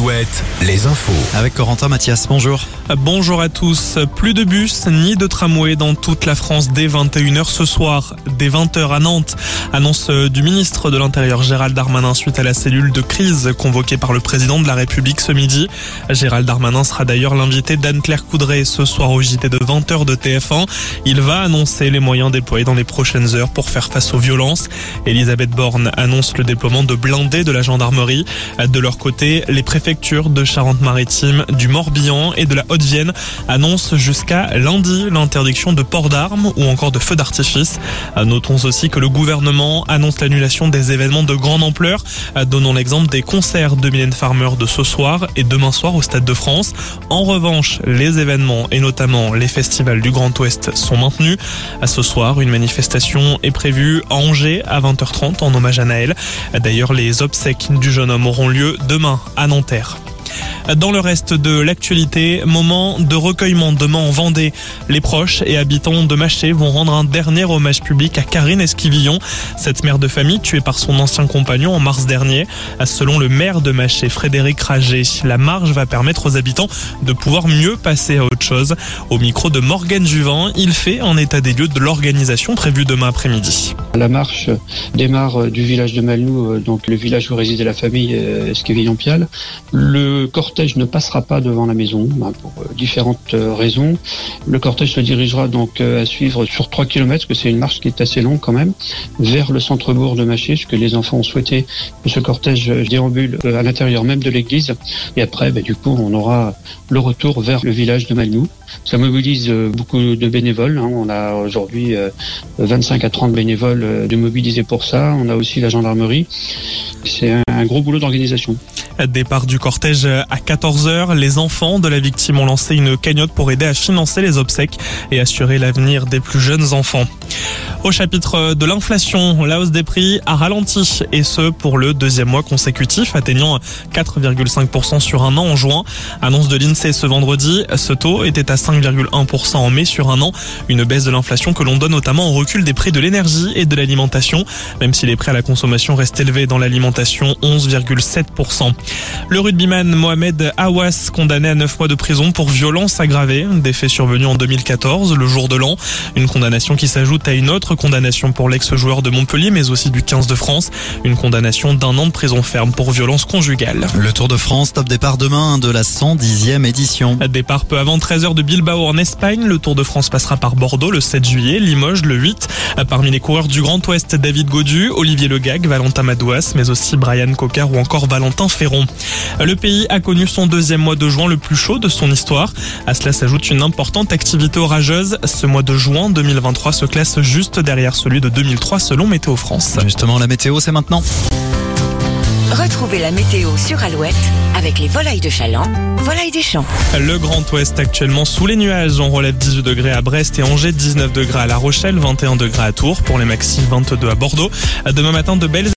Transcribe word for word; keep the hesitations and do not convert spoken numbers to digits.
Alouette, les infos. Avec Corentin Mathias, bonjour. Bonjour à tous. Plus de bus ni de tramway dans toute la France dès vingt et une heures ce soir. Dès vingt heures à Nantes. Annonce du ministre de l'Intérieur Gérald Darmanin suite à la cellule de crise convoquée par le président de la République ce midi. Gérald Darmanin sera d'ailleurs l'invité d'Anne-Claire Coudray ce soir au J T de vingt heures de T F un. Il va annoncer les moyens déployés dans les prochaines heures pour faire face aux violences. Elisabeth Borne annonce le déploiement de blindés de la gendarmerie. De leur côté, les préfectures de Charente-Maritime, du Morbihan et de la Haute-Vienne annoncent jusqu'à lundi l'interdiction de port d'armes ou encore de feux d'artifice. Notons aussi que le gouvernement annonce l'annulation des événements de grande ampleur. Donnons l'exemple des concerts de Mylène Farmer de ce soir et demain soir au Stade de France. En revanche, les événements et notamment les festivals du Grand Ouest sont maintenus. À ce soir, une manifestation est prévue à Angers à vingt heures trente en hommage à Naël. D'ailleurs, les obsèques du jeune homme auront lieu demain à Nanterre. Dans le reste de l'actualité, moment de recueillement demain en Vendée. Les proches et habitants de Maché vont rendre un dernier hommage public à Karine Esquivillon, cette mère de famille tuée par son ancien compagnon en mars dernier. Selon le maire de Maché, Frédéric Rager, la marche va permettre aux habitants de pouvoir mieux passer à autre chose. Au micro de Morgane Juvin, il fait un état des lieux de l'organisation prévue demain après-midi. La marche démarre du village de Malnou, donc le village où résidait la famille Esquivillon-Pial. Le cortège ne passera pas devant la maison pour différentes raisons. Le cortège se dirigera donc à suivre sur trois kilomètres, parce que c'est une marche qui est assez longue quand même, vers le centre-bourg de Maché, parce que les enfants ont souhaité que ce cortège déambule à l'intérieur même de l'église. Et après, bah, du coup, on aura le retour vers le village de Malnou. Ça mobilise beaucoup de bénévoles. Hein. On a aujourd'hui vingt-cinq à trente bénévoles de mobilisés pour ça. On a aussi la gendarmerie. C'est un gros boulot d'organisation. Départ du cortège à quatorze heures. Les enfants de la victime ont lancé une cagnotte pour aider à financer les obsèques et assurer l'avenir des plus jeunes enfants. Au chapitre de l'inflation, la hausse des prix a ralenti, et ce pour le deuxième mois consécutif, atteignant quatre virgule cinq pour cent sur un an en juin. Annonce de l'INSEE ce vendredi, ce taux était à cinq virgule un pour cent en mai sur un an. Une baisse de l'inflation que l'on donne notamment au recul des prix de l'énergie et de l'alimentation, même si les prix à la consommation restent élevés dans l'alimentation, onze virgule sept pour cent. Le rugbyman Mohamed Awas, condamné à neuf mois de prison pour violence aggravée, des faits survenus en deux mille quatorze, le jour de l'an. Une condamnation qui s'ajoute à une autre condamnation pour l'ex-joueur de Montpellier, mais aussi du quinze de France. Une condamnation d'un an de prison ferme pour violence conjugale. Le Tour de France, top départ demain de la cent dixième édition. Départ peu avant treize heures de Bilbao en Espagne. Le Tour de France passera par Bordeaux le sept juillet, Limoges le huit. Parmi les coureurs du Grand Ouest, David Gaudu, Olivier Legag, Valentin Madouas, mais aussi Brian Cocard ou encore Valentin Ferron. Le pays a connu son deuxième mois de juin le plus chaud de son histoire. À cela s'ajoute une importante activité orageuse. Ce mois de juin deux mille vingt-trois se classe juste derrière celui de deux mille trois selon Météo France. Justement, la météo, c'est maintenant. Retrouvez la météo sur Alouette avec les volailles de Chaland, volailles des champs. Le Grand Ouest actuellement sous les nuages. On relève dix-huit degrés à Brest et Angers, dix-neuf degrés à La Rochelle, vingt et un degrés à Tours. Pour les maxi, vingt-deux à Bordeaux. Demain matin, de belles